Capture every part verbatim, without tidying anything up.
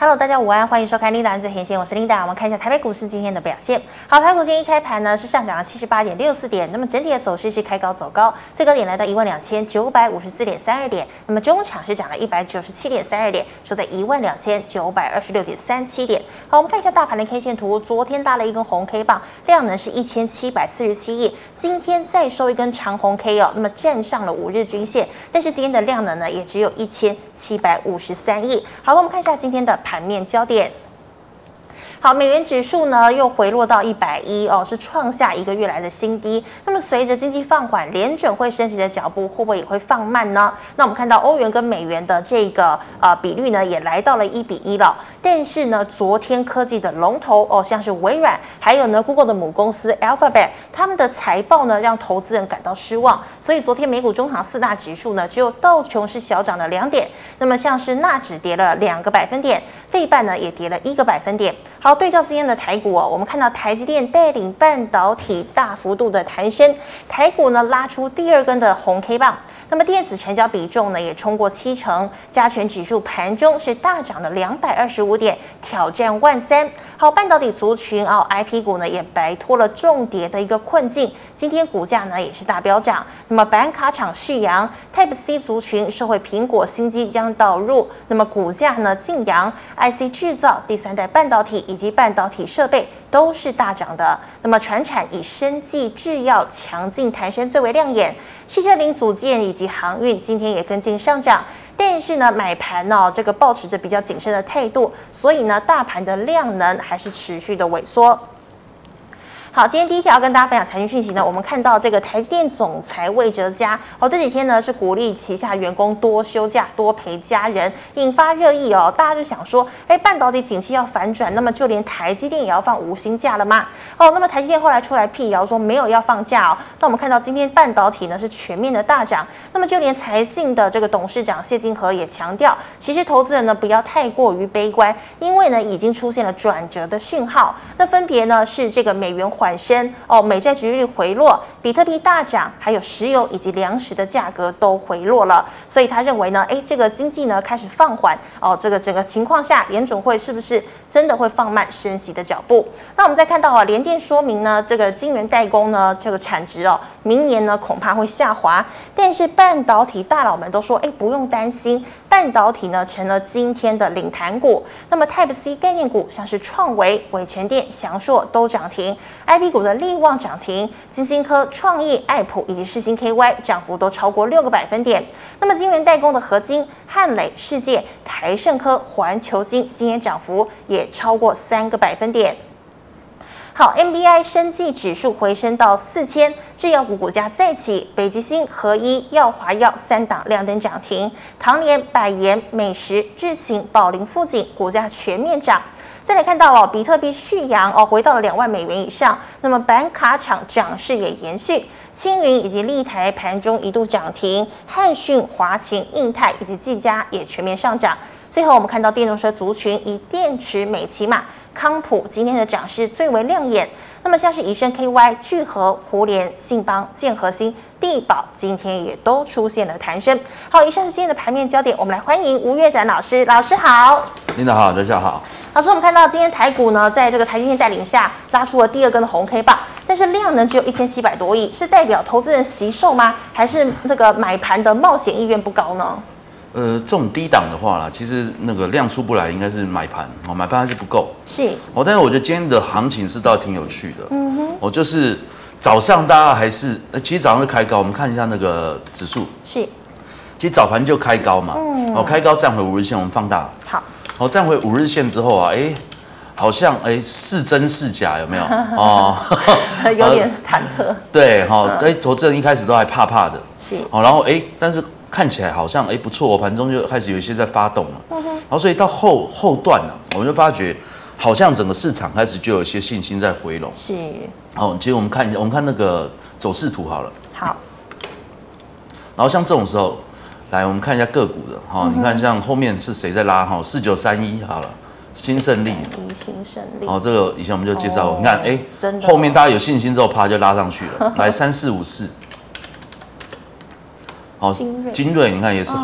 Hello， 大家午安，欢迎收看 Linda 最前线，我是 Linda。我们看一下台北股市今天的表现。好，台股今天一开盘呢是上涨了七十八点六四点，那么整体的走势是开高走高，最高点来到一万两千九百五十四点三二点，那么中场是涨了一百九十七点三二点，收在一万两千九百二十六点三七点。好，我们看一下大盘的 K 线图，昨天搭了一根红 K 棒，量能是一千七百四十七亿，今天再收一根长红 K 哦，那么站上了五日均线，但是今天的量能呢也只有一千七百五十三亿。好，我们看一下今天的盘面焦点。好，美元指数呢又回落到一百一哦，是创下一个月来的新低。那么随着经济放缓，联准会升息的脚步会不会也会放慢呢？那我们看到欧元跟美元的这个呃比率呢也来到了一比一了。但是呢，昨天科技的龙头哦，像是微软，还有呢 Google 的母公司 Alphabet， 他们的财报呢让投资人感到失望，所以昨天美股中场四大指数呢只有道琼是小涨了两点，那么像是纳指跌了两个百分点，费半呢也跌了一个百分点。好，对照今天的台股哦，我们看到台积电带领半导体大幅度的弹升，台股呢拉出第二根的红 K 棒。那么电子成交比重呢也冲过七成，加权指数盘中是大涨了两百二十五点，挑战万三。好，半导体族群哦 ，I P 股呢也摆脱了重跌的一个困境，今天股价呢也是大飙涨。那么板卡厂续扬 ，Type C 族群受惠苹果新机将导入，那么股价呢劲扬 ，I C 制造、第三代半导体以及半导体设备都是大涨的。那么传产以生技制药强劲弹升最为亮眼，汽车零组件以及航运今天也跟进上涨。但是呢，买盘呢、哦，这个抱持着比较谨慎的态度，所以呢，大盘的量能还是持续的萎缩。好，今天第一条跟大家分享财经讯息呢，我们看到这个台积电总裁魏哲嘉哦，这几天呢是鼓励旗下员工多休假、多陪家人，引发热议哦。大家就想说，哎，半导体景气要反转，那么就连台积电也要放无薪假了吗？哦，那么台积电后来出来辟谣说没有要放假哦。那我们看到今天半导体呢是全面的大涨，那么就连财信的这个董事长谢金河也强调，其实投资人呢不要太过于悲观，因为呢已经出现了转折的讯号。那分别呢是这个美元缓升哦，美债殖利率回落，比特币大涨，还有石油以及粮食的价格都回落了，所以他认为呢，哎，这个经济呢开始放缓哦，这个整个情况下，联准会是不是真的会放慢升息的脚步？那我们再看到啊，联电说明呢，这个晶圆代工呢，这个产值哦，明年呢恐怕会下滑，但是半导体大佬们都说，哎，不用担心。半导体呢成了今天的领弹股，那么 Type C 概念股像是创惟、伟全电、祥硕都涨停 ，I P 股的力旺涨停，金星科、创意、爱普以及世芯 K Y 涨幅都超过六个百分点。那么晶圆代工的合金、汉磊、世界、台胜科、环球晶今天涨幅也超过三个百分点。好 ，M B I 生技指数回升到四千，制药股股价再起，北极星、合一、药华药三档亮灯涨停，唐联、百研、美食、智勤、宝林富锦股价全面涨。再来看到哦，比特币续扬哦，回到了两万美元以上。那么板卡厂涨势也延续，青云以及立台盘中一度涨停，汉讯、华勤、印泰以及技嘉也全面上涨。最后我们看到电动车族群以电池、美骑马。康普今天的涨势最为亮眼，那么像是宜生 K Y、聚合、胡联、信邦、建和兴、地保今天也都出现了弹升。好，以上是今天的盘面焦点，我们来欢迎吴岳展老师，老师好。 领导好，大家好。 老师，我们看到今天台股呢，在这个台积电带领下拉出了第二根的红 K 棒，但是量能只有一千七百多亿，是代表投资人惜售吗？还是这个买盘的冒险意愿不高呢？ 呃，这种低档的话啦，其实那个量出不来，应该是买盘哦，买盘还是不够。 是哦，但是我觉得今天的行情是倒挺有趣的。 嗯哼， 哦，就是早上大家还是，呃，其实早上就开高，我们看一下那个指数， 是， 其实早盘就开高嘛，嗯，哦，开高站回五日线，我们放大， 好， 哦，站回五日线之后啊，哎，好像哎是真是假有没有？哦， 有点忐忑。 对，哈、哦，哎，投资人一开始都还怕怕的， 是， 哦，然后哎，但是。看起来好像哎不错，盘中就开始有一些在发动了，嗯、然后所以到后后段呢、啊，我们就发觉好像整个市场开始就有一些信心在回笼。 是， 哦，其实我们看一下，我们看那个走势图好了。 好。 然后像这种时候，来我们看一下个股的哈、哦嗯，你看像后面是谁在拉哈？四九三一好了，新胜利。 新胜利。 哦，这个以前我们就介绍过，哦、你看哎， 真的、哦、 后面大家有信心之后，啪就拉上去了。来三四五四。哦，精锐，你看也是后面，哦、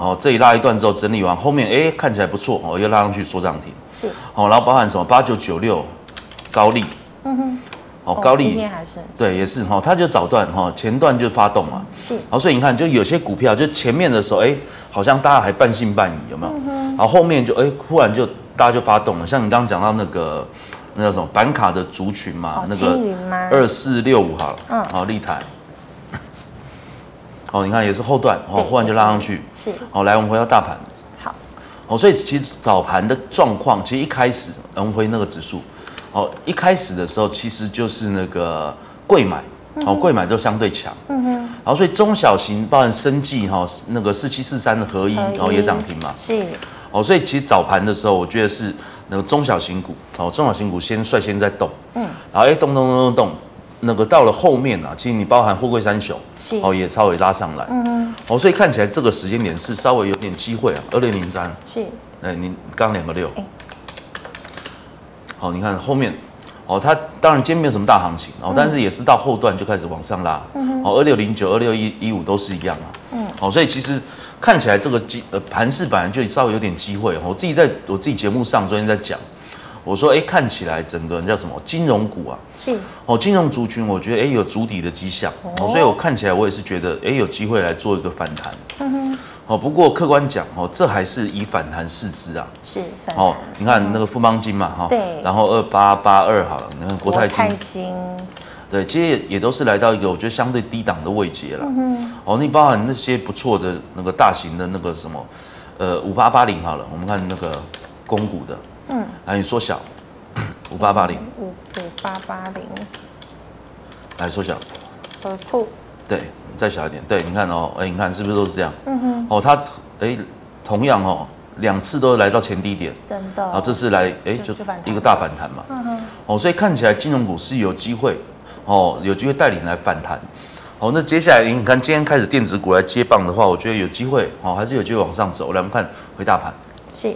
哦，这里拉一段之后整理完，后面哎看起来不错哦，又拉上去说涨停。 是。 哦，然后包含什么八九九六高利，嗯哼，哦高利今天还是对也是哈、哦，它就早段哈、哦，前段就发动嘛。是。然后所以你看，就有些股票就前面的时候哎，好像大家还半信半疑，有没有？嗯、然后后面就哎忽然就大家就发动了，像你刚刚讲到那个那叫什么板卡的族群嘛，哦、那个二四六五好了，嗯，好立台。哦，你看也是后段，哦，忽然就拉上去，是，好，来我们回到大盘，好，哦，所以其实早盘的状况，其实一开始我们回那个指数，哦，一开始的时候其实就是那个贵买，哦，贵买就相对强，嗯哼，然后所以中小型包含生技哈，那个四七四三的合一，然后也涨停嘛，是，哦，所以其实早盘的时候，我觉得是那个中小型股，哦，中小型股先率先在动，嗯，然后哎动动动动动。那个到了后面啊，其实你包含货柜三雄，哦也稍微拉上来，嗯哦，所以看起来这个时间点是稍微有点机会啊，二六零三是，哎，你刚两个六，好，你看后面，哦，它当然今天没有什么大行情，哦，但是也是到后段就开始往上拉，嗯哦，二六零九、二六一五都是一样啊，嗯，哦，所以其实看起来这个机呃盘势本来就稍微有点机会，我自己在我自己节目上昨天在讲。我说，哎、欸，看起来整个叫什么金融股啊？是哦，金融族群，我觉得哎、欸、有筑底的迹象，哦，所以我看起来我也是觉得哎、欸、有机会来做一个反弹。嗯哼。哦，不过客观讲，哦，这还是以反弹视之啊。是。哦，你看那个富邦金嘛，哈。对。然后二八八二好了，你看国泰金。国泰金。对，其实 也, 也都是来到一个我觉得相对低档的位阶了。嗯哦，你包含那些不错的那个大型的那个什么，呃，五八八零好了，我们看那个公股的。嗯，来你缩小，五八八零，五五八八零，来缩小，和库，对，再小一点，对，你看哦，哎，你看是不是都是这样？嗯哼，哦，它哎，同样哦，两次都来到前低点，真的，然后这次来哎就一个大反弹嘛，嗯哼，哦，所以看起来金融股是有机会，哦，有机会带领来反弹，哦，那接下来你看今天开始电子股来接棒的话，我觉得有机会，哦，还是有机会往上走。来，我们看回大盘，是。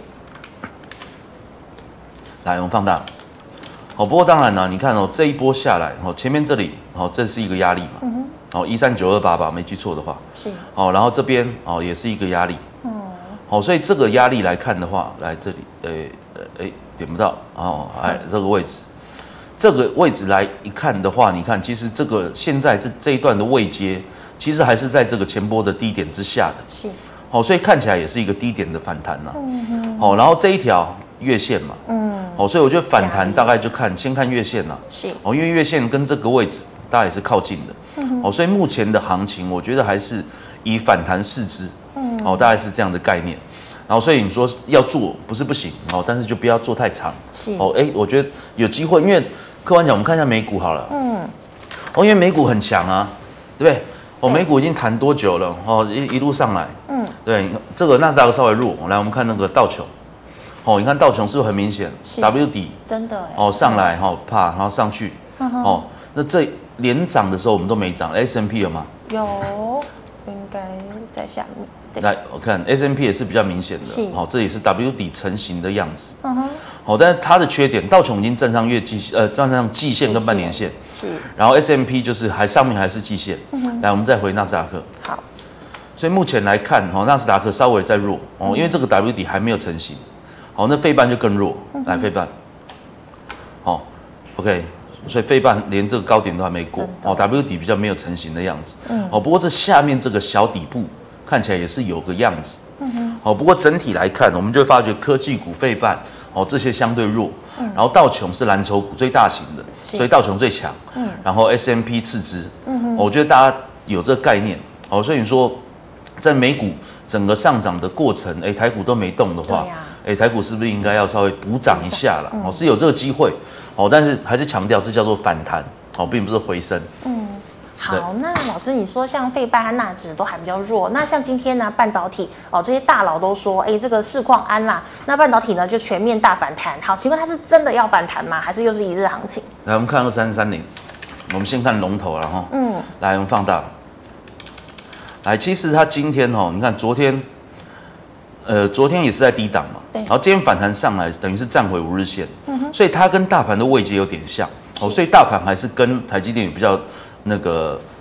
来，我们放大。好，不过当然呢，你看哦，这一波下来，哦，前面这里，哦，这是一个压力嘛，嗯哦，一三九二八吧，没记错的话，是，哦，然后这边哦也是一个压力，嗯，好，所以这个压力来看的话，来这里，诶，诶，点不到，哦，哎，这个位置，这个位置来一看的话，你看，其实这个现在这这一段的位阶，其实还是在这个前波的低点之下的，是，好，所以看起来也是一个低点的反弹呐，嗯哼，好，然后这一条。月线嘛，嗯，哦，所以我觉得反弹大概就看先看月线啦，是，哦，因为月线跟这个位置大概也是靠近的，嗯，哦，所以目前的行情我觉得还是以反弹视之，嗯，哦，大概是这样的概念，然后所以你说要做不是不行，哦，但是就不要做太长，是，哦，哎，我觉得有机会，因为客观讲，我们看一下美股好了，嗯，哦，因为美股很强啊，对不对？哦，美股已经弹多久了？哦，一一路上来，嗯，对，这个纳斯达克稍微弱，来我们看那个道琼。哦，你看道琼是不是很明显 ？W 底真的哦，上来哈、哦，啪，然后上去，哦，那这连涨的时候我们都没涨 ，S and P 有吗？有，应该在下面。来，我看 S and P 也是比较明显的，哦，这也是 W 底成型的样子。嗯哼。哦，但是它的缺点，道琼已经站上月季呃站上季线跟半年线，是。然后 S and P 就是还上面还是季线。嗯、来，我们再回纳斯达克。好。所以目前来看，哦，纳斯达克稍微在弱哦，因为这个 W 底还没有成型。好，那费半就更弱，来费半，好 ，OK， 所以费半连这个高点都还没过，哦 ，W 底比较没有成型的样子，嗯，哦，不过这下面这个小底部看起来也是有个样子，嗯哼，好，不过整体来看，我们就会发觉科技股、费半，哦，这些相对弱，嗯，然后道琼是蓝筹股最大型的，所以道琼最强，嗯，然后 S and P 次之，嗯哼，我觉得大家有这个概念，哦，所以你说在美股整个上涨的过程，哎，台股都没动的话。哎，台股是不是应该要稍微补涨一下了？哦，是有这个机会哦，但是还是强调这叫做反弹哦，并不是回升。嗯，好，那老师你说像费半和纳指都还比较弱，那像今天呢半导体哦，这些大佬都说，哎，这个市况安啦，那半导体呢就全面大反弹。好，请问它是真的要反弹吗？还是又是一日行情？来，我们看二三三零，我们先看龙头然后，嗯，来我们放大，来，其实它今天哦，你看昨天。呃，昨天也是在低档嘛，然后今天反弹上来，等于是站回五日线，嗯、所以它跟大盘的位阶有点像，哦，所以大盘还是跟台积电比较那个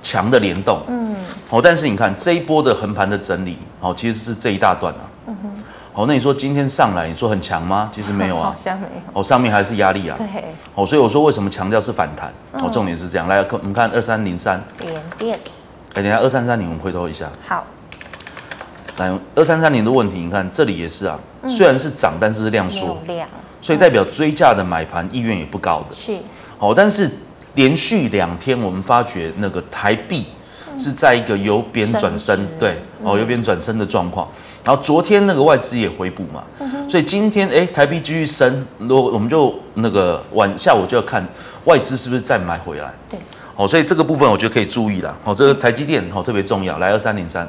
强的联动，嗯，哦，但是你看这一波的横盘的整理，哦，其实是这一大段啊，嗯哼，哦，那你说今天上来，你说很强吗？其实没有啊， 好像没有， 哦，上面还是压力啊， 对， 哦，所以我说为什么强调是反弹，哦，重点是这样，来，我们看二三零三， 联电， 哎，等一下二三三零，我们回头一下， 好， 来二三三零的问题，你看这里也是啊，虽然是涨，但是是量缩， 量， 所以代表追价的买盘意愿也不高的， 是， 哦，但是连续两天我们发觉那个台币是在一个由贬转升，对，哦，由贬转升的状况。然后昨天那个外资也回补嘛，所以今天哎台币继续升，如果我们就那个晚下午就要看外资是不是再买回来。 对， 哦，所以这个部分我觉得可以注意啦。哦，这个台积电哦特别重要，来二三零三，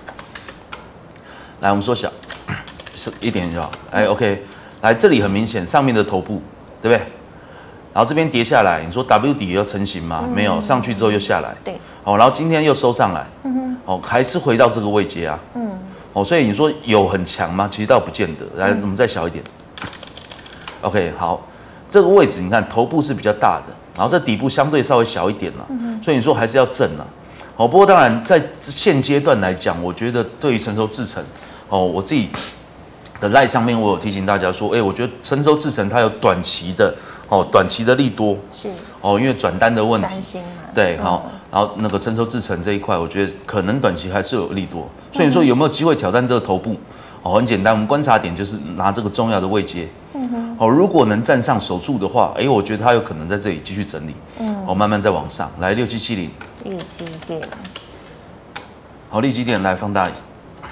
来我们缩小，是一点就好。哎 ，OK， 来这里很明显上面的头部，对不对？然后这边跌下来，你说 W 底要成型吗？没有，上去之后又下来。 对， 哦，然后今天又收上来，哦，还是回到这个位阶啊。嗯，哦，所以你说有很强吗？其实倒不见得。来，我们再小一点。OK， 好，这个位置你看头部是比较大的，然后这底部相对稍微小一点了，所以你说还是要正啊。哦，不过当然在现阶段来讲，我觉得对于成熟制程，哦，我自己的赖上面我有提醒大家说，哎，我觉得成熟制程它有短期的。哦，短期的利多是哦，因为转单的问题， 三星嘛， 对，好、嗯，然后那个成熟制程这一块，我觉得可能短期还是有利多，所以你说有没有机会挑战这个头部？哦，很简单，我们观察点就是拿这个重要的位阶，嗯哼，哦，如果能站上守住的话，哎，我觉得它有可能在这里继续整理，嗯，哦，慢慢再往上，来六七七零， 力积电， 好，力积电来放大一下，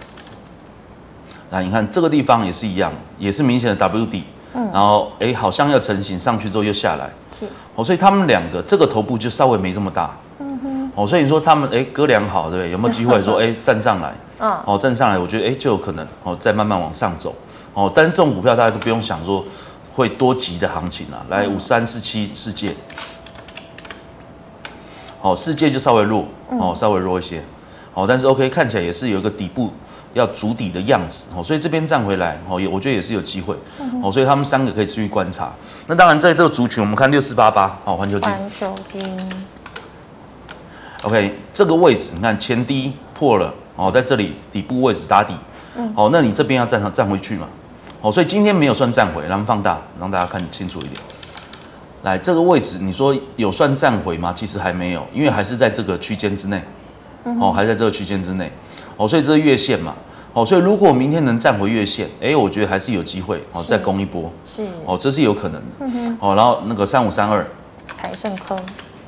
来，你看这个地方也是一样，也是明显的 W 底。然后哎，好像要成型，上去之后又下来， 是哦，所以他们两个这个头部就稍微没这么大，嗯哼，哦，所以你说他们哎哥俩好，对不对？有没有机会说哎站上来？嗯，哦站上来，我觉得哎就有可能哦再慢慢往上走，哦，但是这种股票大家都不用想说会多急的行情啊，来五三四七世界，哦世界就稍微弱，哦稍微弱一些，哦但是 OK 看起来也是有一个底部。要筑底的样子，哦，所以这边站回来，哦，也我觉得也是有机会，哦，所以他们三个可以持续观察。那当然，在这个族群，我们看六四八八，哦，环球金， 环球金 ，OK， 这个位置你看前低破了，哦，在这里底部位置打底，嗯，哦，那你这边要站上站回去嘛，哦，所以今天没有算站回，让放大，让大家看清楚一点。来，这个位置你说有算站回吗？其实还没有，因为还是在这个区间之内，哦，还在这个区间之内。哦，所以这是月线嘛，哦，所以如果明天能站回月线，哎，我觉得还是有机会，哦，再攻一波， 是， 哦，这是有可能的，嗯哼，哦，然后那个三五三二， 台盛科，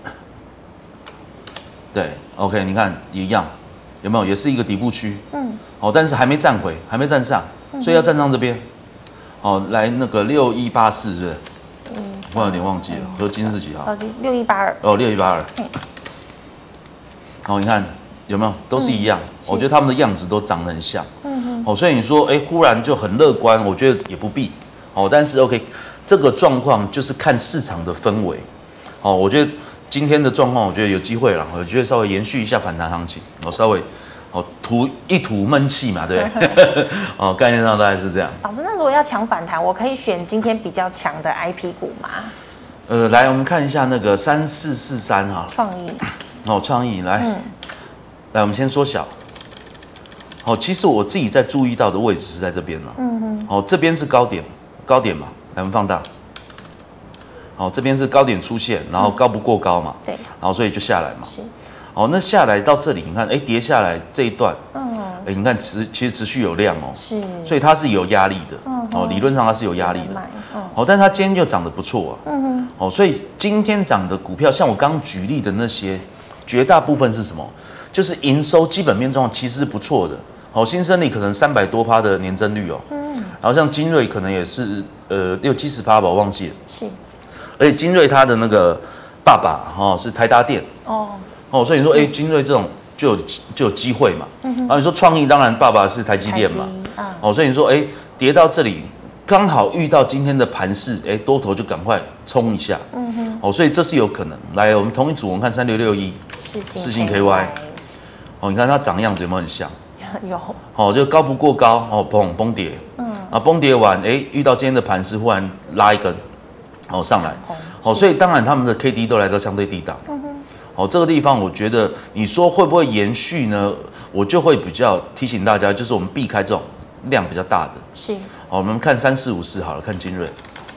对 ，OK， 你看也一样，有没有？也是一个底部区，嗯，哦，但是还没站回，还没站上，所以要站上这边，哦，来那个六一八四是不是？嗯，我有点忘记了，合金是几号？ 合金六一八二， 哦，六一八二，哦，你看。有没有都是一样？嗯、我觉得他们的样子都长得很像。嗯哼。哦，所以你说，哎，忽然就很乐观，我觉得也不必。哦，但是 OK， 这个状况就是看市场的氛围。哦，我觉得今天的状况，我觉得有机会了。我觉得稍微延续一下反弹行情，我稍微哦吐一吐闷气嘛，对不对？哦，概念上大概是这样。 老师，那如果要抢反弹，我可以选今天比较强的 I P 股吗？ 呃，来，我们看一下那个三四四三哈， 创意。 哦，创意来。嗯来，我们先缩小。好，其实我自己在注意到的位置是在这边了。嗯哼。好，这边是高点，高点嘛，来我们放大。好，这边是高点出现，然后高不过高嘛。 对。 然后所以就下来嘛。是。好，那下来到这里，你看，哎，跌下来这一段，嗯，哎，你看持其实持续有量哦。是。所以它是有压力的。嗯。哦，理论上它是有压力的。嗯。好，但是它今天就涨得不错啊。嗯哼。哦，所以今天涨的股票，像我刚举例的那些，绝大部分是什么？就是营收基本面状况其实是不错的，好，新生力可能三百多趴的年增率哦，嗯，然后像精锐可能也是呃六七十趴吧，我忘记了，是，而且精锐它的那个爸爸哦是台达电哦，哦，所以你说哎精锐这种就有就有机会嘛，嗯哼，然后你说创意当然爸爸是台积电嘛，啊，哦，所以你说哎跌到这里刚好遇到今天的盘势，哎多头就赶快冲一下，嗯哼，哦，所以这是有可能。来，我们同一组，我们看三六六一，世芯 K Y。哦，你看它长样子有没有很像？ 有。 哦，就高不过高，哦，崩崩跌，嗯，啊，崩跌完，哎，遇到今天的盘势，忽然拉一根，哦，上来，哦，所以当然他们的 K D 都来到相对低档，嗯哼， 哦，这个地方我觉得你说会不会延续呢？我就会比较提醒大家，就是我们避开这种量比较大的。 是。 好，我们看三四五四好了，看精锐。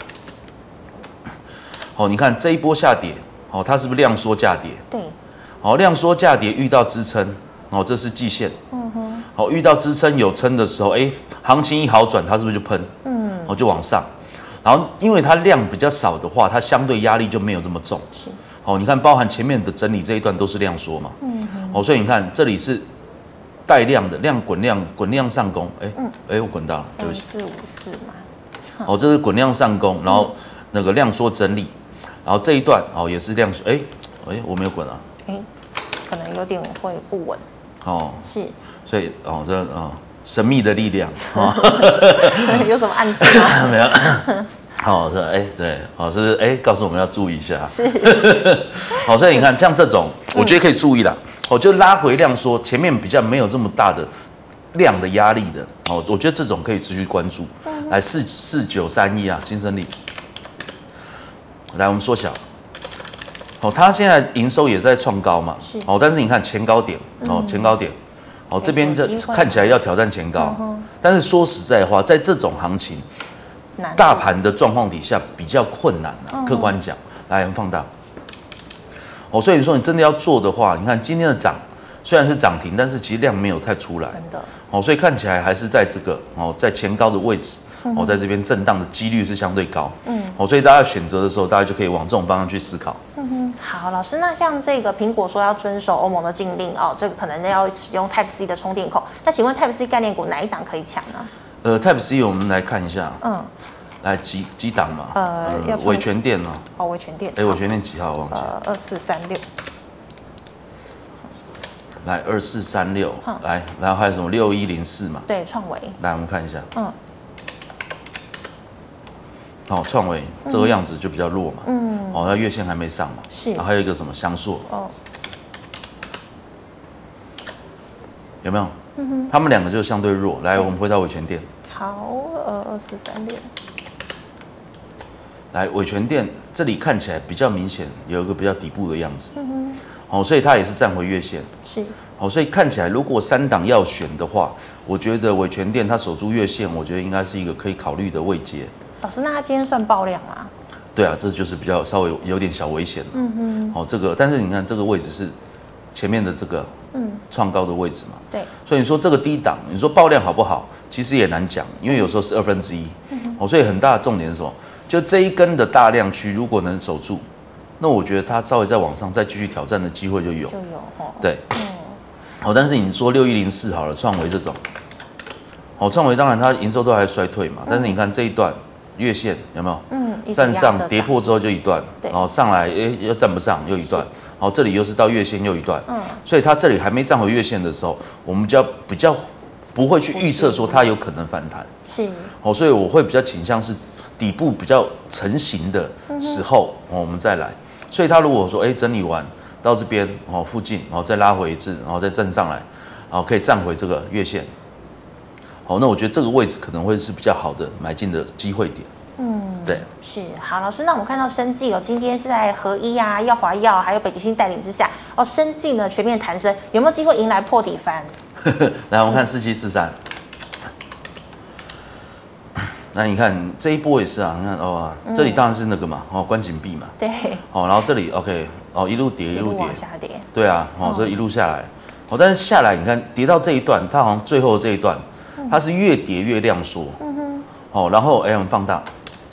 好，你看这一波下跌，好，它是不是量缩价跌？ 对。 好，量缩价跌遇到支撑，哦，这是季线。嗯哼。好，遇到支撑有撑的时候，哎，行情一好转，它是不是就喷？嗯。哦，就往上。然后因为它量比较少的话，它相对压力就没有这么重。 是。 好，你看包含前面的整理这一段都是量缩嘛。嗯哼。哦，所以你看这里是带量的量滚量滚量上攻，哎，嗯，哎，我滚到了，对不起。 三四五四嘛。 哦，这是滚量上攻，然后那个量缩整理，然后这一段哦也是量缩，哎，哎，我没有滚啊。哎， 可能有点会不稳。 哦。 是。所以哦，这哦神秘的力量。哦、 有什么暗示吗？ 没有。好、哦，是哎，对，好、哦，是不是哎，告诉我们要注意一下。 是。 好、哦，所以你看，像这种，我觉得可以注意啦。哦，就拉回量缩，前面比较没有这么大的量的压力的，哦，我觉得这种可以持续关注。嗯、来，四四九三一啊，新生力。来，我们缩小。哦，它现在营收也在创高嘛。是。哦，但是你看前高点，哦，前高点，哦，这边这看起来要挑战前高，嗯、但是说实在话，在这种行情。大盘的状况底下比较困难啊，嗯、客观讲，来我们放大。哦，所以你说你真的要做的话，你看今天的涨虽然是涨停，但是其实量没有太出来， 真的。 哦，所以看起来还是在这个哦，在前高的位置，嗯、哦，在这边震荡的几率是相对高，嗯，哦，所以大家选择的时候，大家就可以往这种方向去思考。 嗯哼，好，老师，那像这个苹果说要遵守欧盟的禁令哦，这个可能要使用 Type C 的充电口，那请问 Type C 概念股哪一档可以抢呢？ 呃 ，Type C 我们来看一下，嗯。来几几档嘛？呃，要伟全电哦。 哦，伟全电。 哎，伟全电几号？我忘记了。 呃，二四三六。 来，二四三六。来，然后还有什么六一零四嘛？ 对，创维。 来，我们看一下。嗯。好，创维这个样子就比较弱嘛。嗯。哦，它月线还没上嘛。是。然后还有一个什么翔硕。哦。有没有？嗯哼。他们两个就相对弱。来，我们回到伟全电。 好，呃，二四三六。 来，伟全电这里看起来比较明显，有一个比较底部的样子，嗯哼，哦，所以它也是站回月线， 是， 哦，所以看起来如果三档要选的话，我觉得伟全电它守住月线，我觉得应该是一个可以考虑的位阶。 老师，那它今天算爆量吗？ 对啊，这就是比较稍微有点小危险了，嗯哼，哦，这个，但是你看这个位置是前面的这个，嗯，创高的位置嘛， 对， 所以你说这个低档，你说爆量好不好？其实也难讲，因为有时候是二分之一，嗯、哦，所以很大的重点是什么？就这一根的大量区，如果能守住，那我觉得它稍微再往上再继续挑战的机会就有。 就有哦。 对。嗯。好，但是你说六一零四好了，创维这种，好，创维当然它营收都还衰退嘛，嗯、但是你看这一段月线有没有？嗯。站上跌破之后就一段，然后上来哎又站不上又一段，然后这里又是到月线又一段，嗯。所以它这里还没站回月线的时候，我们就要比较不会去预测说它有可能反弹。 是。 哦，所以我会比较倾向是。底部比较成型的时候，哦，我们再来。所以它如果说，哎，整理完到这边哦附近，然后再拉回一次，然后再站上来，然后可以站回这个月线。好，那我觉得这个位置可能会是比较好的买进的机会点。嗯，对， 是好。老师，那我们看到生技哦，今天是在合一啊、耀华药还有北极星带领之下，哦，生技呢全面弹升，有没有机会迎来破底翻？ 来，我们看四七四三。那你看这一波也是啊，你看哦，嗯、这里当然是那个嘛，哦，关紧闭嘛， 对， 哦，然后这里 OK， 哦，一路跌一路跌， 下跌， 对啊，哦，所以一路下来，哦，但是下来你看跌到这一段，它好像最后这一段，它是越跌越量缩，嗯哼，哦，然后哎，我们放大，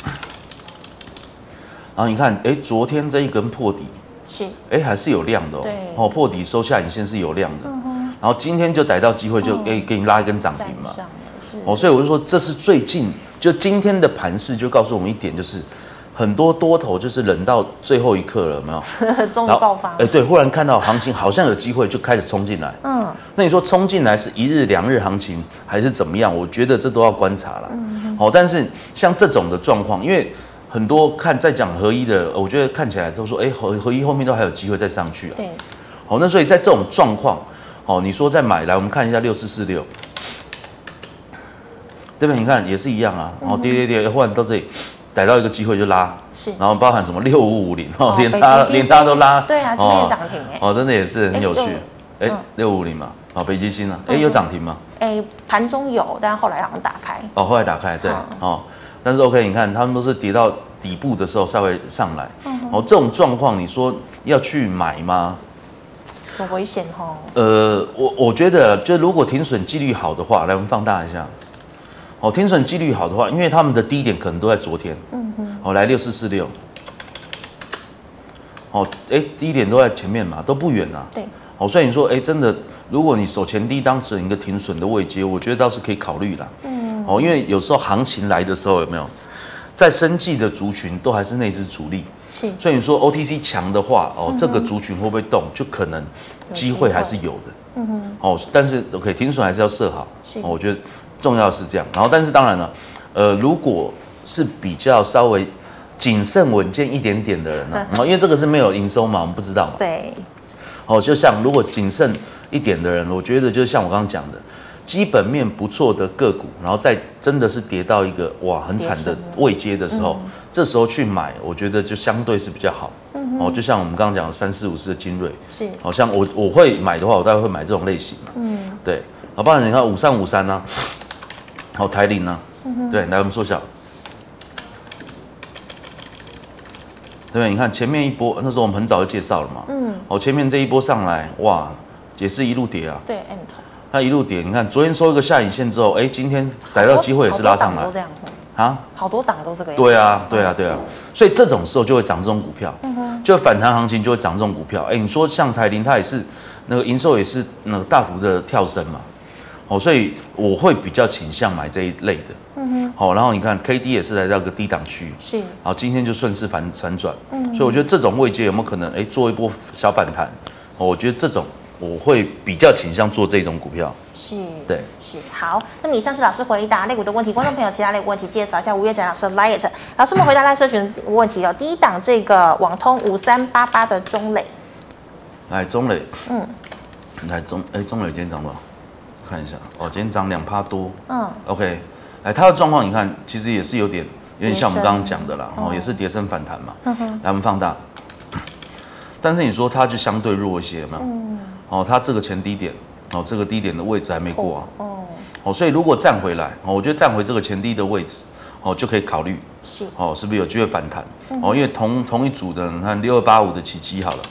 然后你看，哎，昨天这一根破底是， 哎，还是有量的哦，对，哦，破底收下影线是有量的，嗯哼，然后今天就逮到机会就给给你拉一根涨停嘛，哦，所以我就说这是最近。就今天的盘势就告诉我们一点，就是很多多头就是忍到最后一刻了，有没有？ 终于爆发。 哎，对，忽然看到行情好像有机会，就开始冲进来。嗯，那你说冲进来是一日、两日行情，还是怎么样？我觉得这都要观察了。嗯，好，但是像这种的状况，因为很多看在讲合一的，我觉得看起来都说，哎，合合一后面都还有机会再上去啊。 对。 好，那所以在这种状况，哦，你说再买来，我们看一下六四四六。这边你看也是一样啊，然后跌跌跌，忽然到这里， 逮到一个机会就拉， 是， 然后包含什么六五五零，哦，连它连它都拉， 对啊，今天涨停哎， 哦，真的也是很有趣，哎，六五五零嘛，哦，北极星啊，哎，有涨停吗？ 哎，盘中有，但后来好像打开， 哦，后来打开，对，哦，但是 OK， 你看他们都是跌到底部的时候稍微上来，哦，这种状况你说要去买吗？ 很危险哦。 呃，我我觉得，就如果停损几率好的话，来我们放大一下。哦，停损几率好的话，因为他们的低点可能都在昨天。嗯哼。哦，来六四四六。哦，哎，低点都在前面嘛，都不远啊。 对。 哦，所以你说，哎，真的，如果你手前低当成一个停损的位阶，我觉得倒是可以考虑啦。嗯。哦，因为有时候行情来的时候，有没有在生技的族群都还是那只主力。 是， 所以你说 O T C 强的话，哦，这个族群会不会动，就可能机会还是有的。嗯哼。哦，但是 OK， 停损还是要设好。是，我觉得重要是这样。然后，但是当然了，呃，如果是比较稍微谨慎稳健一点点的人呢，哦，因为这个是没有营收嘛，我们不知道嘛。 对。 哦，就像如果谨慎一点的人，我觉得就像我刚刚讲的。基本面不错的个股，然后再真的是跌到一个哇很惨的位阶的时候，嗯、这时候去买，我觉得就相对是比较好。嗯、哦，就像我们刚刚讲的三四五四的精锐，是，好、哦、像我我会买的话，我大概会买这种类型嘛。嗯，对，好，不然你看五三五三呢，好台铃呢，嗯、对，来我们缩小，对不对？你看前面一波，那时候我们很早就介绍了嘛。嗯，哦，前面这一波上来，哇，也是一路跌啊。 对 ，M 头。 它一路跌，你看昨天收一个下影线之后，哎，今天逮到机会也是拉上来， 都这样啊， 好多档都这个样子。 对啊，对啊，对啊，所以这种时候就会涨这种股票，嗯、就反弹行情就会涨这种股票。哎，你说像台铃，它也是那个营收也是那个大幅的跳升嘛，哦，所以我会比较倾向买这一类的，嗯哼，好，然后你看 K D 也是来到一个低档区，是，然后今天就顺势反反转，嗯，所以我觉得这种位阶有没有可能哎做一波小反弹？哦，我觉得这种。我会比较倾向做这种股票， 是， 对， 是好。那么以上是老师回答类股的问题，观众朋友其他类股问题介绍一下吴岳展老师的 Light。老师们回答赖社群问题哦。第一档这个网通五三八八的中磊， 来中磊，嗯，来中哎中磊今天涨多少？看一下哦，今天涨两趴多，嗯 ，OK， 来它的状况你看，其实也是有点有点像我们刚刚讲的啦，哦，也是跌升反弹嘛，嗯哼，来我们放大，但是你说它就相对弱一些，有没有？嗯。哦，它这个前低点，哦，这个低点的位置还没过啊，哦，哦，所以如果站回来，哦，我觉得站回这个前低的位置，哦，就可以考虑，是，哦，是不是有机会反弹？嗯、哦，因为同同一组的，你看六二八五的奇迹好了，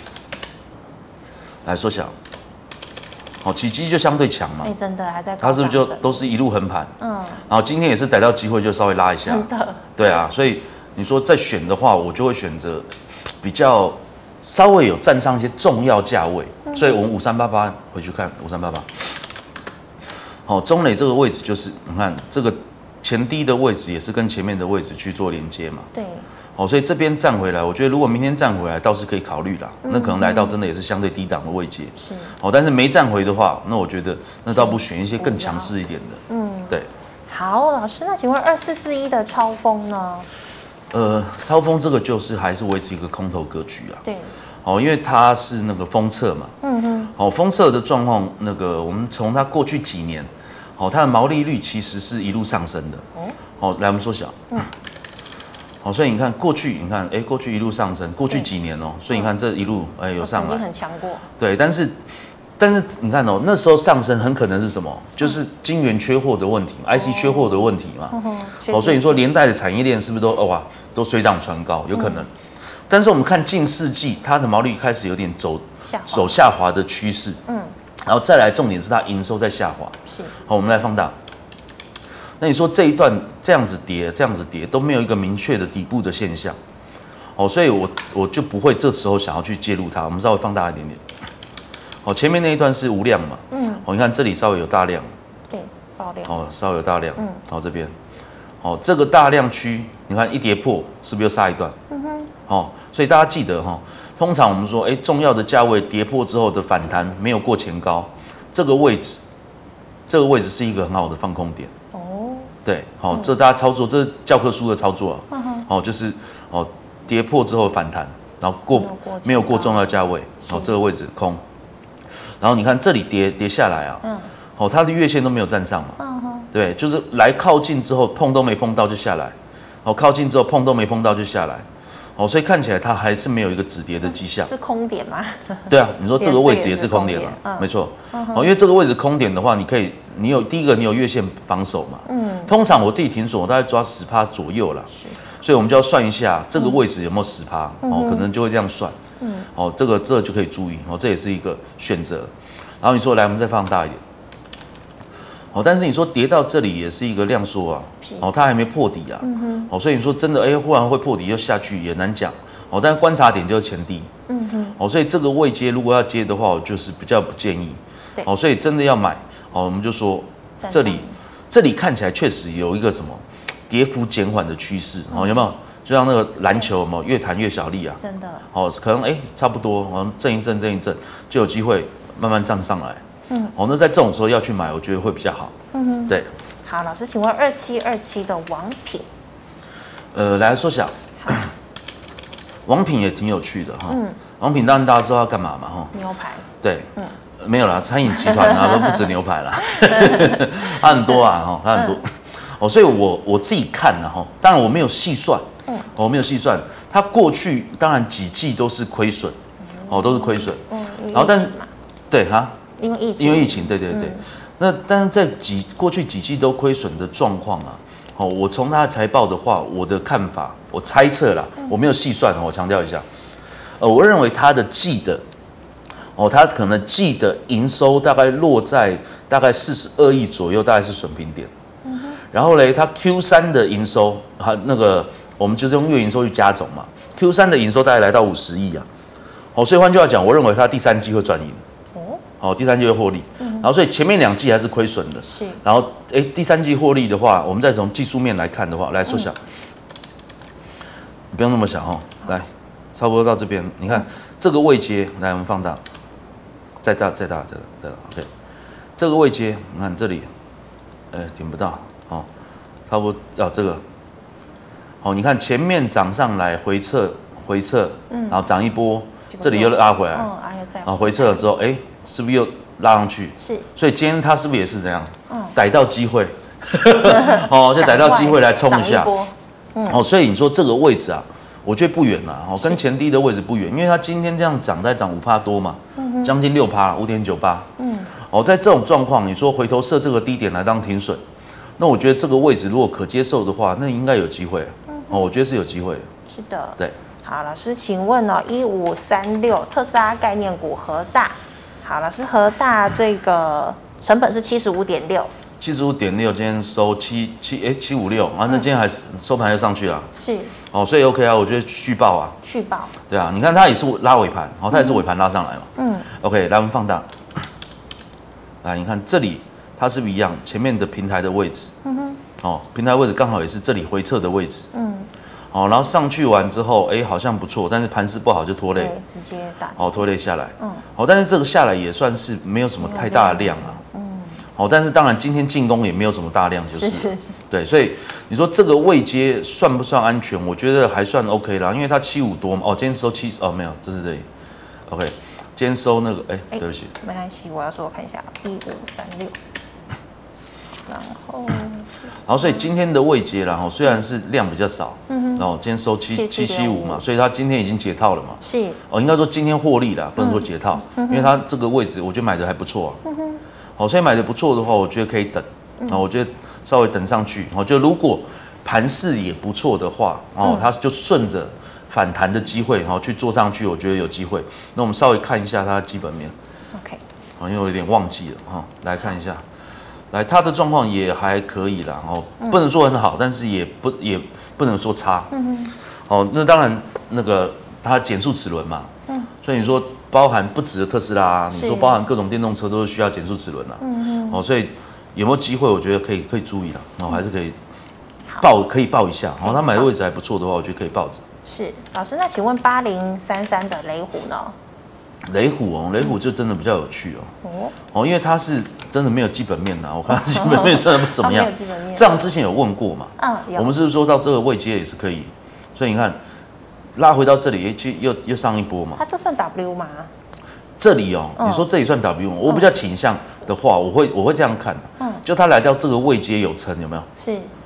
来缩小，哦，奇迹就相对强嘛， 哎、欸，真的还在， 它是不是就都是一路横盘？嗯，然后今天也是逮到机会就稍微拉一下， 真的， 对啊，所以你说再选的话，我就会选择比较。稍微有站上一些重要价位，所以我们五三八八回去看五三八八。好，中磊这个位置就是你看这个前低的位置也是跟前面的位置去做连接嘛。对。好，所以这边站回来，我觉得如果明天站回来倒是可以考虑啦。那可能来到真的也是相对低档的位阶。是。好，但是没站回的话，那我觉得那倒不选一些更强势一点的。嗯，对。 好，老师，那请问二四四一的超风呢？ 呃，超风这个就是还是维持一个空头格局啊。对。哦，因为它是那个封测嘛。嗯哼。哦，封测的状况，那个我们从它过去几年，哦，它的毛利率其实是一路上升的。哦。哦，来我们缩小。嗯。好，所以你看过去，你看，哎，过去一路上升，过去几年哦，所以你看这一路，哎，有上来。 曾经很强过。 对，但是。但是你看哦，那时候上升很可能是什么？就是晶圆缺货的问题 ，I C 缺货的问题嘛。哦，所以你说连带的产业链是不是都哇都水涨船高？有可能。嗯、但是我们看近四季，它的毛利开始有点走走下滑的趋势。嗯。然后再来，重点是它营收在下滑。是。好，我们来放大。那你说这一段这样子跌，这样子跌都没有一个明确的底部的现象。哦，所以我我就不会这时候想要去介入它。我们稍微放大一点点。哦，前面那一段是无量嘛，嗯，哦，你看这里稍微有大量， 对，爆量， 哦，稍微有大量，嗯，好这边，哦，这个大量区，你看一跌破，是不是又杀一段？嗯哼，哦，所以大家记得哈、哦，通常我们说，哎，重要的价位跌破之后的反弹没有过前高，这个位置，这个位置是一个很好的放空点。哦，对，好、哦，这大家操作，这是教科书的操作啊，嗯哼，哦，就是哦，跌破之后反弹，然后过没有过重要价位，哦，这个位置空。然后你看这里跌跌下来啊，嗯，哦，它的月线都没有站上嘛，嗯哼，对，就是来靠近之后碰都没碰到就下来， 哦，靠近之后碰都没碰到就下来，哦，所以看起来它还是没有一个止跌的迹象。 是空点吗？ 对啊，你说这个位置也是空点嘛？嗯、没错。哦，因为这个位置空点的话，你可以，你有第一个你有月线防守嘛？嗯。通常我自己停损，我大概抓十趴左右啦。是。所以我们就要算一下这个位置有没有十趴，嗯、哦，可能就会这样算。嗯。哦，这个这个就可以注意，哦，这也是一个选择。然后你说来，我们再放大一点。哦，但是你说跌到这里也是一个量缩啊，哦，它还没破底啊，嗯、哦，所以你说真的，哎、欸，忽然会破底又下去也难讲，哦，但是观察点就是前低，嗯哼，哦，所以这个位接如果要接的话，我就是比较不建议，哦，所以真的要买，哦，我们就说这里这里看起来确实有一个什么跌幅减缓的趋势，哦，有没有？就像那个篮球嘛，越弹越小力啊， 真的， 哦，可能哎、欸、差不多，哦，震一震震一震就有机会慢慢站上来。嗯，哦，那在这种时候要去买，我觉得会比较好。嗯哼，对。 好，老师，请问二七二七的王品， 呃，来缩小。王品也挺有趣的哈。嗯。王品当然大家知道要干嘛嘛哈。 牛排。 对。嗯。没有啦，餐饮集团啊，都不止牛排啦。它很多啊哈，它很多。哦，所以我我自己看呢哈，当然我没有细算。嗯。我没有细算，它过去当然几季都是亏损，哦，都是亏损。嗯。然后但是，对哈。 因为疫情， 因为疫情，对对对。嗯、那但是在几过去几季都亏损的状况啊，哦，我从它的财报的话，我的看法，我猜测啦，嗯、我没有细算，我强调一下，呃，我认为它的季的，哦，它可能季的营收大概落在大概四十二亿左右，大概是损平点。嗯、然后嘞，它 Q 三的营收，哈，那个我们就是用月营收去加总嘛 ，Q 三的营收大概来到五十亿啊，哦，所以换句话讲，我认为它第三季会转盈。哦，第三季会获利，嗯、然后所以前面两季还是亏损的，是。然后哎，第三季获利的话，我们再从技术面来看的话，来缩小，嗯、不用那么小哈，来，差不多到这边，你看、嗯、这个位阶，来我们放大，再大再大再大再大 ，OK， 这个位阶，你看这里，哎，点不到，哦，差不多到、哦、这个，哦，你看前面涨上来回撤回撤，嗯、然后涨一波，这里又拉回来，嗯、哦，然后回撤了之后，哎。是不是又拉上去？是，所以今天它是不是也是这样？嗯，逮到机会，哦，就逮到机会来冲一下。嗯，哦，所以你说这个位置啊，我觉得不远啦，哦，跟前低的位置不远，因为它今天这样涨，在涨五趴多嘛，嗯、将近六趴，五点九八。嗯，哦，在这种状况，你说回头设这个低点来当停损，那我觉得这个位置如果可接受的话，那应该有机会。嗯，哦，我觉得是有机会的。 是的， 对。 好，老师，请问哦，一五三六特斯拉概念股和大。好，老师，和大这个成本是七十五点六， 七十五点六，今天收七七哎七五六，啊，那今天还是收盘又上去了，是，哦，所以 OK 啊，我觉得续报啊， 续报， 对啊，你看它也是拉尾盘，哦，它也是尾盘拉上来嘛，嗯 ，OK， 来我们放大，来你看这里它是不是一样，前面的平台的位置，嗯哼，哦，平台位置刚好也是这里回撤的位置，嗯。哦，然后上去完之后，哎，好像不错，但是盘势不好就拖累， 直接打， 哦，拖累下来，嗯，好，但是这个下来也算是没有什么太大的量啊，嗯，好，但是当然今天进攻也没有什么大量，就是，是对，所以你说这个位阶算不算安全？我觉得还算 OK 啦，因为它七五多嘛，哦，今天收七哦没有，这是这里 ，OK， 今天收那个，哎，对不起， 没关系，我要说我看一下，一五三六，然后。 然后，所以今天的位阶，然后虽然是量比较少，嗯、然后今天收七七七五嘛，所以它今天已经解套了嘛。是哦，应该说今天获利了，不能说解套，嗯、因为它这个位置我觉得买的还不错啊。嗯、好，所以买的不错的话，我觉得可以等。啊、嗯，我觉得稍微等上去，哦，就如果盘势也不错的话，哦，它就顺着反弹的机会，然后去做上去，我觉得有机会。那我们稍微看一下它的基本面。OK。啊，因为我有点忘记了哈，来看一下。来，它的状况也还可以啦，哦，不能说很好，但是也不也不能说差，嗯哦，那当然那个它减速齿轮嘛，嗯，所以你说包含不止特斯拉、啊，你说包含各种电动车都是需要减速齿轮啊，嗯哦，所以有没有机会？我觉得可以可以注意啦，哦，还是可以抱可以抱一下，哦，他买的位置还不错的话，我觉得可以抱着。 是，老师，那请问八零三三的雷虎呢？ 雷虎哦，雷虎就真的比较有趣哦，哦，哦，因为它是真的没有基本面呐，我看基本面真的不怎么样。这样之前有问过嘛？嗯，我们是不是说到这个位阶也是可以？所以你看，拉回到这里，其实又又上一波嘛。 它这算 W 吗？ 这里哦，你说这里算 W，、嗯、我比较倾向的话，我会我会这样看，嗯，就它来到这个位阶有撑有没有？是。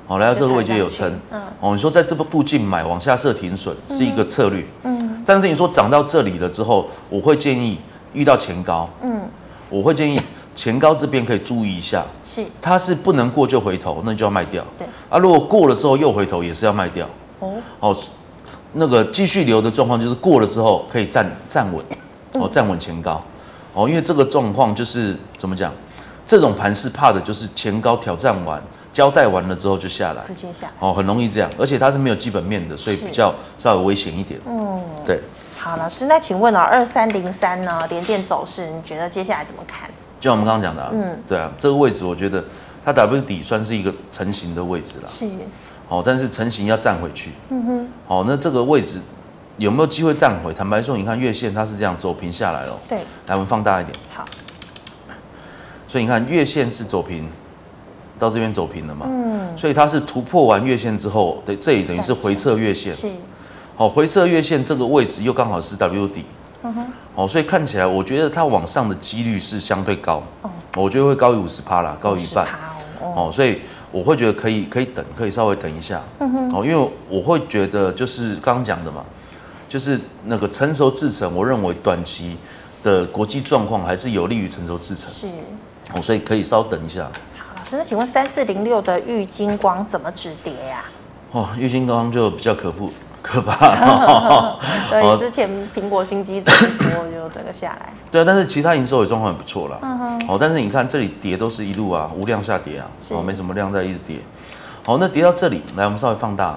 哦，来到这个位阶有撑，嗯，哦，你说在这个附近买，往下设停损是一个策略，嗯，但是你说涨到这里了之后，我会建议遇到前高，嗯，我会建议前高这边可以注意一下，是，它是不能过就回头，那就要卖掉，对，啊，如果过了之后又回头，也是要卖掉，哦，哦，那个继续留的状况就是过了之后可以站站稳，哦，站稳前高，哦，因为这个状况就是怎么讲？这种盘势怕的就是前高挑战完、交代完了之后就下来，直接下来哦，很容易这样，而且它是没有基本面的，所以比较稍微危险一点。嗯，对。 好，老师，那请问哦，二三零三呢，联电走势，你觉得接下来怎么看？ 就像我们刚刚讲的、啊，嗯，对啊，这个位置我觉得它 W 底算是一个成型的位置啦，是。哦，但是成型要站回去，嗯哼。哦，那这个位置有没有机会站回？坦白说，你看月线它是这样走平下来了，对。来，我们放大一点，好。所以你看月线是走平，到这边走平了嘛？嗯，所以它是突破完月线之后，对，这里等于是回撤月线。是，好，回撤月线这个位置又刚好是 W 底。嗯哼，哦，所以看起来我觉得它往上的几率是相对高。哦，我觉得会高于五十趴啦，高于一半。哦，所以我会觉得可以可以等，可以稍微等一下。嗯哼，哦，因为我会觉得就是刚刚讲的嘛，就是那个成熟制程，我认为短期的国际状况还是有利于成熟制程。是。哦，所以可以稍等一下。 好，老师，那请问三四零六的玉晶光怎么止跌呀？ 哦，玉晶光就比较可怖可怕了。 对，之前苹果新机这一波就整个下来。 对啊，但是其他营收也状况也不错啦。嗯哼。哦，但是你看这里跌都是一路啊无量下跌啊，哦没什么量在一直跌。好，那跌到这里，来我们稍微放大。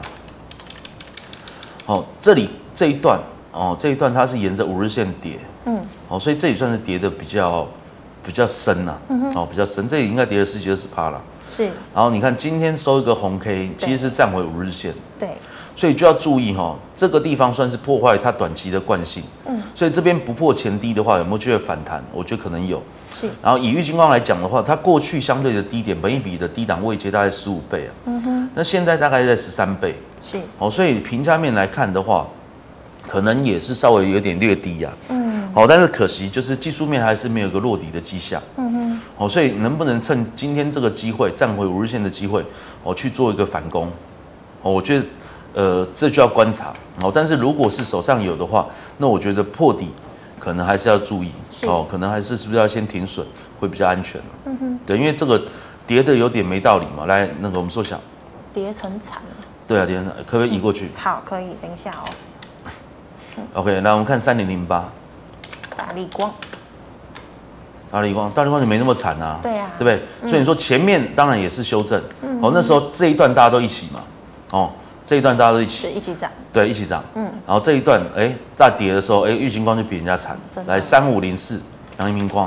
好，这里这一段哦这一段它是沿着五日线跌。嗯。哦，所以这里算是跌的比较。比较深呐、啊，嗯、哦，比较深，这里应该跌了十几二十趴了。是，然后你看今天收一个红 K， 其实是站回五日线。对，所以就要注意哈、哦，这个地方算是破坏它短期的惯性。嗯，所以这边不破前低的话，有没有机会反弹？我觉得可能有。是，然后以玉晶光来讲的话，它过去相对的低点，本益比的低档位阶大概十五倍啊。嗯哼，那现在大概在十三倍。是，哦，所以评价面来看的话，可能也是稍微有点略低呀、啊。嗯。好，但是可惜就是技术面还是没有一个落底的迹象。嗯哼。好，所以能不能趁今天这个机会站回五日线的机会，哦，去做一个反攻？哦，我觉得，呃，这就要观察。哦，但是如果是手上有的话，那我觉得破底可能还是要注意。哦，可能还是是不是要先停损会比较安全、啊、嗯哼。对，因为这个跌的有点没道理嘛。来，那个我们缩小。 跌成惨了。 对啊，跌成惨，可不可以移过去？ 好，可以。等一下哦。 OK， 来我们看三零零八。 大立光， 大立光，大立光就没那么惨啊， 对啊， 对不对？嗯、所以你说前面当然也是修正，嗯、哦，那时候这一段大家都一起嘛，哦，这一段大家都一起， 是一起涨， 对，一起涨，嗯，然后这一段哎大跌的时候，哎，玉晶光就比人家惨，来三五零四，阳明光，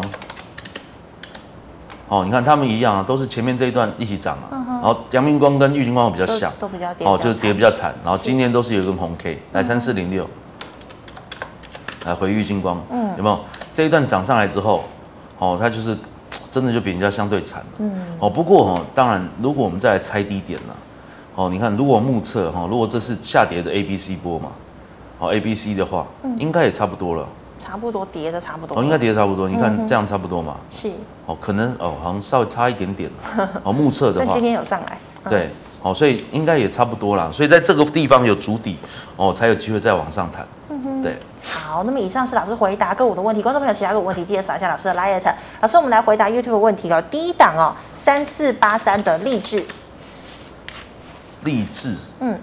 哦，你看他们一样啊，都是前面这一段一起涨嘛，嗯、然后阳明光跟玉晶光比较像， 都, 都比较跌， 哦，就是跌比较惨，然后今天都是有一根红 K， 来三四零六。来回玉晶光，嗯，有没有这一段涨上来之后，哦，它就是真的就比人家相对惨了，嗯，哦，不过哦，当然，如果我们再来猜低点呢，哦，你看，如果目测哈，如果这是下跌的 A B C 波嘛，哦 A B C 的话，嗯、应该也差不多了， 差不多跌的差不多， 哦，应该跌的差不多，你看这样差不多嘛， 是， 哦，可能哦，好像稍微差一点点哦，目测的话， 但今天有上来， 嗯、对，哦，所以应该也差不多啦，所以在这个地方有筑底，哦，才有机会再往上弹。对， 好，那么以上是老师回答个股的问题，观众朋友其他个股问题记得扫一下老师的 Line。老师，我们来回答 YouTube 的问题哦。第一档哦，三四八三的励志， 励志，嗯，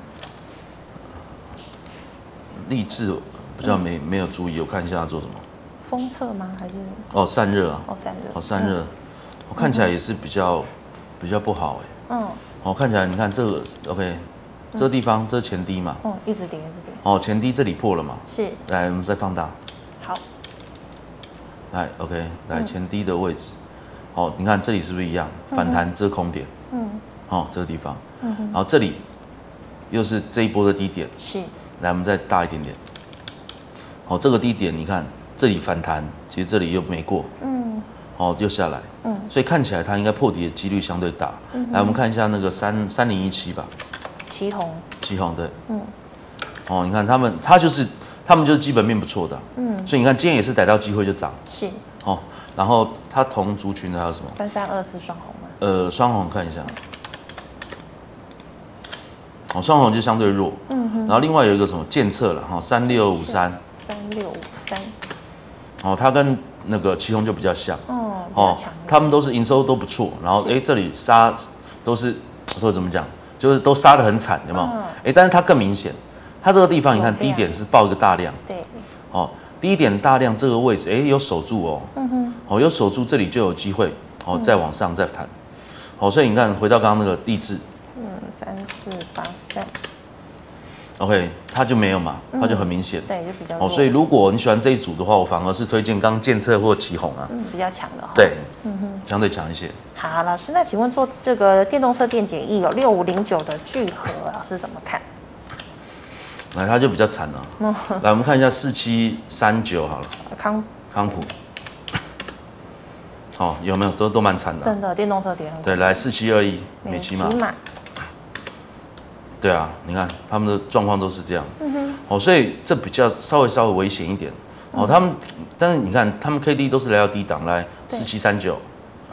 励志比较没、嗯、没有注意，我看一下它做什么。 封测吗？还是？ 哦，散热啊。 哦，散热。 哦，散热，我、嗯、看起来也是比较比较不好哎。嗯。哦，看起来你看这个 OK。这个地方，这前低嘛， 哦，一直跌，一直跌。 哦，前低这里破了嘛， 是。 来，我们再放大。 好。 来 ，OK， 来前低的位置，哦，你看这里是不是一样反弹这空点？嗯。哦，这个地方，嗯。然后这里又是这一波的低点，是。来，我们再大一点点。哦，这个低点你看这里反弹，其实这里又没过，嗯。哦，又下来，嗯。所以看起来它应该破底的几率相对大。嗯。来，我们看一下那个三三零一七吧。 旗宏， 旗宏对，嗯，哦，你看他们，他就是他们就是基本面不错的，嗯，所以你看今天也是逮到机会就涨， 是， 哦，然后它同族群的还有什么？ 三三二四双红吗？ 呃，双红看一下， 哦，双红就相对弱，嗯哼，然后另外有一个什么建策了哈，三六五三， 三六五三， 哦，它跟那个旗宏就比较像， 哦，哦， 他们都是营收都不错，然后哎这里杀都是说怎么讲，就是都杀得很惨，有没有？哎，但是它更明显，它这个地方你看低点是报一个大量， 对， 哦，低点大量这个位置，哎有守住哦，嗯哼，哦有守住这里就有机会，哦再往上再弹，哦所以你看回到刚刚那个励志。 嗯，三四八三 ，OK， 它就没有嘛，它就很明显、 嗯，对，就比较哦。所以如果你喜欢这一组的话，我反而是推荐刚建策或旗宏啊， 嗯，比较强的哈。 对，嗯哼，相对强一些。 好，老师，那请问做这个电动车电解液有六五零九的聚合，老师怎么看？ 来，它就比较惨了、嗯。来，我们看一下四七三九好了， 康康普，好、哦、有没有都都蛮惨的、啊， 真的电动车跌很。 对，来四七二一美骑马。对啊，你看他们的状况都是这样，嗯哼，哦，所以这比较稍微稍微危险一点，哦，他们，但是你看他们 K D 都是来到低档，来四七三九，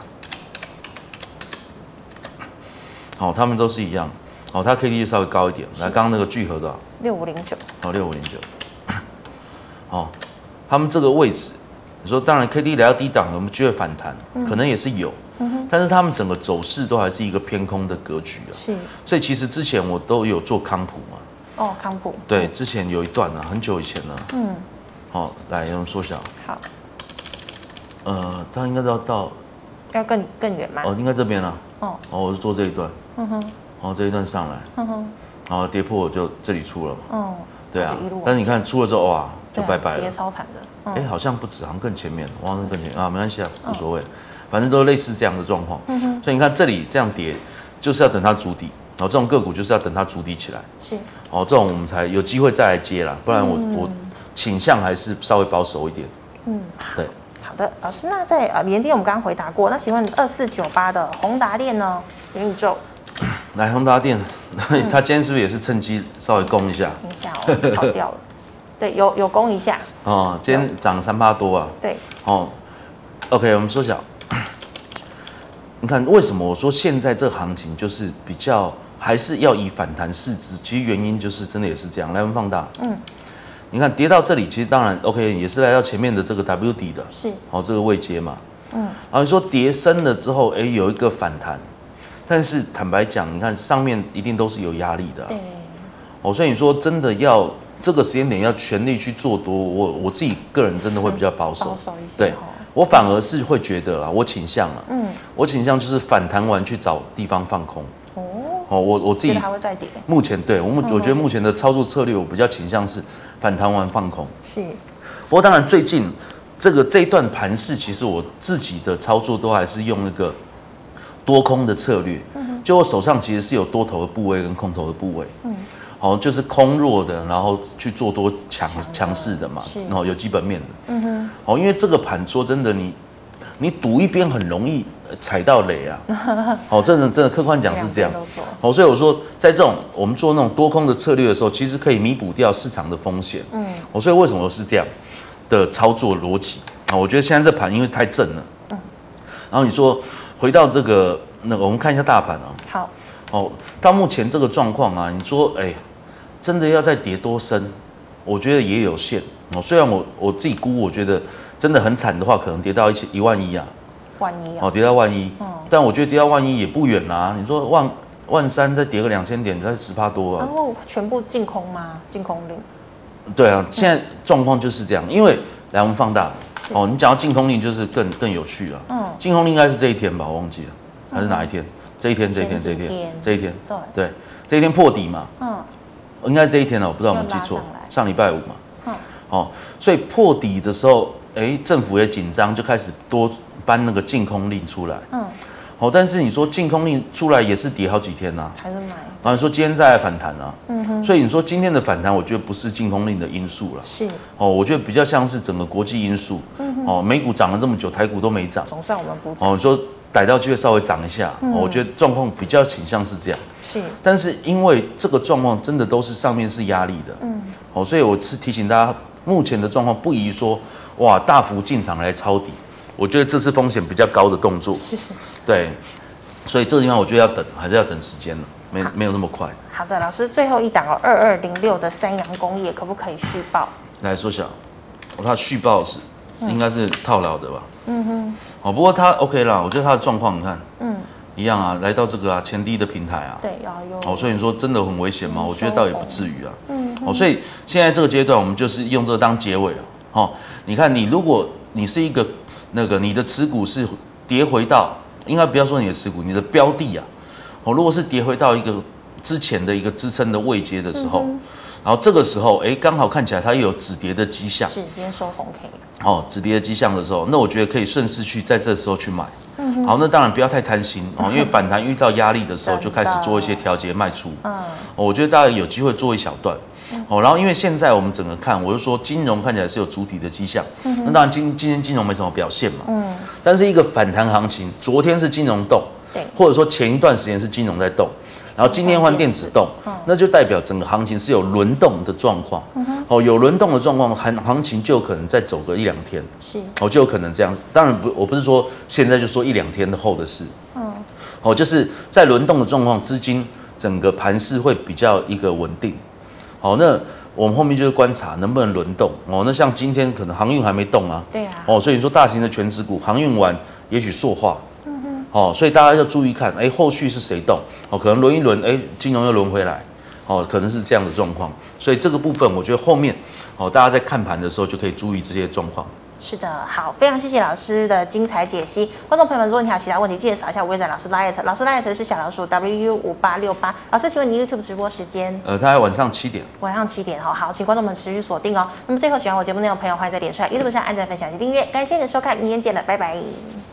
哦，他们都是一样，哦，它 K D 稍微高一点，来刚刚那个聚合的六五零九， 哦，六五零九，哦，他们这个位置，你说当然 K D 来到低档，有没有机会反弹？嗯、可能也是有。但是他们整个走势都还是一个偏空的格局啊， 是， 所以其实之前我都有做康普嘛， 哦，康普， 对，之前有一段啊，很久以前了，嗯，好，来用缩小， 好， 呃，它应该要到， 要更更远吗？ 哦，应该这边了， 哦， 哦，我是做这一段，嗯哼，哦，这一段上来，嗯哼，然后跌破我就这里出了嘛，哦，对啊，但是你看出了之後哇，就拜拜了， 跌超惨的， 哎，好像不止，好像更前面，我好像更前面啊，没关系啊，无所谓。反正都类似这样的状况，嗯、所以你看这里这样跌，就是要等它筑底，然后这种个股就是要等它筑底起来， 是， 哦，这种我们才有机会再来接啦，不然我、嗯、我倾向还是稍微保守一点，嗯，对， 好的，老师，那在呃联电我们刚刚回答过，那请问二四九八的宏达电呢？元宇宙， 来宏达电，它今天是不是也是趁机稍微攻一下？ 攻一下哦，跑掉了，对，有有攻一下， 哦，今天涨三趴多啊， 对， 哦 ，OK， 我们缩小。你看，为什么我说现在这个行情就是比较还是要以反弹视之？其实原因就是真的也是这样。来，我们放大，嗯，你看跌到这里，其实当然 OK， 也是来到前面的这个 W 底的， 是， 哦，这个位阶嘛，嗯，然后你说跌深了之后，哎，有一个反弹，但是坦白讲，你看上面一定都是有压力的、啊， 对， 哦，所以你说真的要这个时间点要全力去做多，我我自己个人真的会比较保守， 保守一些， 对。我反而是会觉得啦，我倾向啦，嗯，我倾向就是反弹完去找地方放空。哦，哦，我我自己还会再跌。 目前对我目、嗯、我觉得目前的操作策略，我比较倾向是反弹完放空。 是， 不过当然最近这个这一段盘势，其实我自己的操作都还是用那个多空的策略。嗯，就我手上其实是有多头的部位跟空头的部位。嗯。哦，就是空弱的，然后去做多强强势的嘛，然后有基本面的。嗯哼。哦，因为这个盘说真的，你你赌一边很容易踩到雷啊。哦，真的真的客观讲是这样。哦，所以我说，在这种我们做那种多空的策略的时候，其实可以弥补掉市场的风险。嗯。哦，所以为什么是这样的操作逻辑啊？我觉得现在这盘因为太正了。嗯。然后你说回到这个那个，我们看一下大盘啊。 好。 哦，到目前这个状况啊，你说哎。真的要再跌多深，我觉得也有限哦。虽然我我自己估，我觉得真的很惨的话，可能跌到一千一万一啊， 万一哦，跌到万一。嗯，但我觉得跌到万一也不远啊。你说万万三再跌个两千点，才十趴多啊。 然后全部净空吗？净空令？ 对啊，现在状况就是这样。因为来我们放大哦，你讲到净空令就是更更有趣啊。嗯，净空令应该是这一天吧，我忘记了，还是哪一天？这一天，这一天，这一天，这一天，对对，这一天破底嘛。嗯。应该是这一天了，我不知道有没有记错，上礼拜五嘛，嗯、哦，所以破底的时候，哎，政府也紧张，就开始多颁那个净空令出来，嗯，哦，但是你说净空令出来也是跌好几天呐、啊， 还是买， 然后你说今天再来反弹啊，嗯哼，所以你说今天的反弹，我觉得不是净空令的因素了， 是， 哦，我觉得比较像是整个国际因素，嗯哦，美股涨了这么久，台股都没涨， 总算我们补涨， 哦，说。逮到机会稍微涨一下，嗯、我觉得状况比较倾向是这样。 是， 但是因为这个状况真的都是上面是压力的，嗯，哦，所以我是提醒大家，目前的状况不宜说哇大幅进场来抄底，我觉得这是风险比较高的动作。 是， 对，所以这个地方我觉得要等，还是要等时间了。 没没有那么快。 好的，老师最后一档哦，二二零六的三洋工业可不可以续报？ 来说小，它续报是应该是套牢的吧？嗯哼。哦，不过它 OK 啦，我觉得它的状况你看，嗯，一样啊，来到这个啊前低的平台啊， 对，有哦，所以你说真的很危险吗？我觉得倒也不至于啊。嗯。哦，所以现在这个阶段，我们就是用这个当结尾哦。哦，你看你如果你是一个那个你的持股是跌回到，应该不要说你的持股，你的标的啊，哦，如果是跌回到一个之前的一个支撑的位阶的时候。嗯，然后这个时候，哎，刚好看起来它又有止跌的迹象， 是今天收红 K， 哦，止跌的迹象的时候，那我觉得可以顺势去在这时候去买。嗯，好，那当然不要太贪心哦，因为反弹遇到压力的时候，就开始做一些调节卖出。嗯，哦，我觉得大家有机会做一小段。哦，然后因为现在我们整个看，我就说金融看起来是有主体的迹象，嗯，那当然今今天金融没什么表现嘛，嗯，但是一个反弹行情，昨天是金融动，对，或者说前一段时间是金融在动。然后今天换电子动，那就代表整个行情是有轮动的状况。哦，有轮动的状况，行行情就有可能再走个一两天。是，哦，就有可能这样。当然不，我不是说现在就说一两天后的事。嗯，哦，就是在轮动的状况，资金整个盘势会比较一个稳定。好，那我们后面就是观察能不能轮动。哦，那像今天可能航运还没动啊。对啊。哦，所以你说大型的全指股航运完，也许塑化。哦，所以大家要注意看，哎，后续是谁动？哦，可能轮一轮，哎，金融又轮回来，哦，可能是这样的状况。所以这个部分，我觉得后面，哦，大家在看盘的时候就可以注意这些状况。是的，好，非常谢谢老师的精彩解析。观众朋友们，如果你还有其他问题，记得扫一下微软老师 Light， 老师 Light 是小老鼠 W U 五八六八。老师，请问你 YouTube 直播时间？呃，大概晚上七点。晚上七点，好好，请观众们持续锁定哦。那么最后喜欢我节目内容的朋友，欢迎在脸书、YouTube 上按赞、分享及订阅。感谢你的收看，明天见了，拜拜。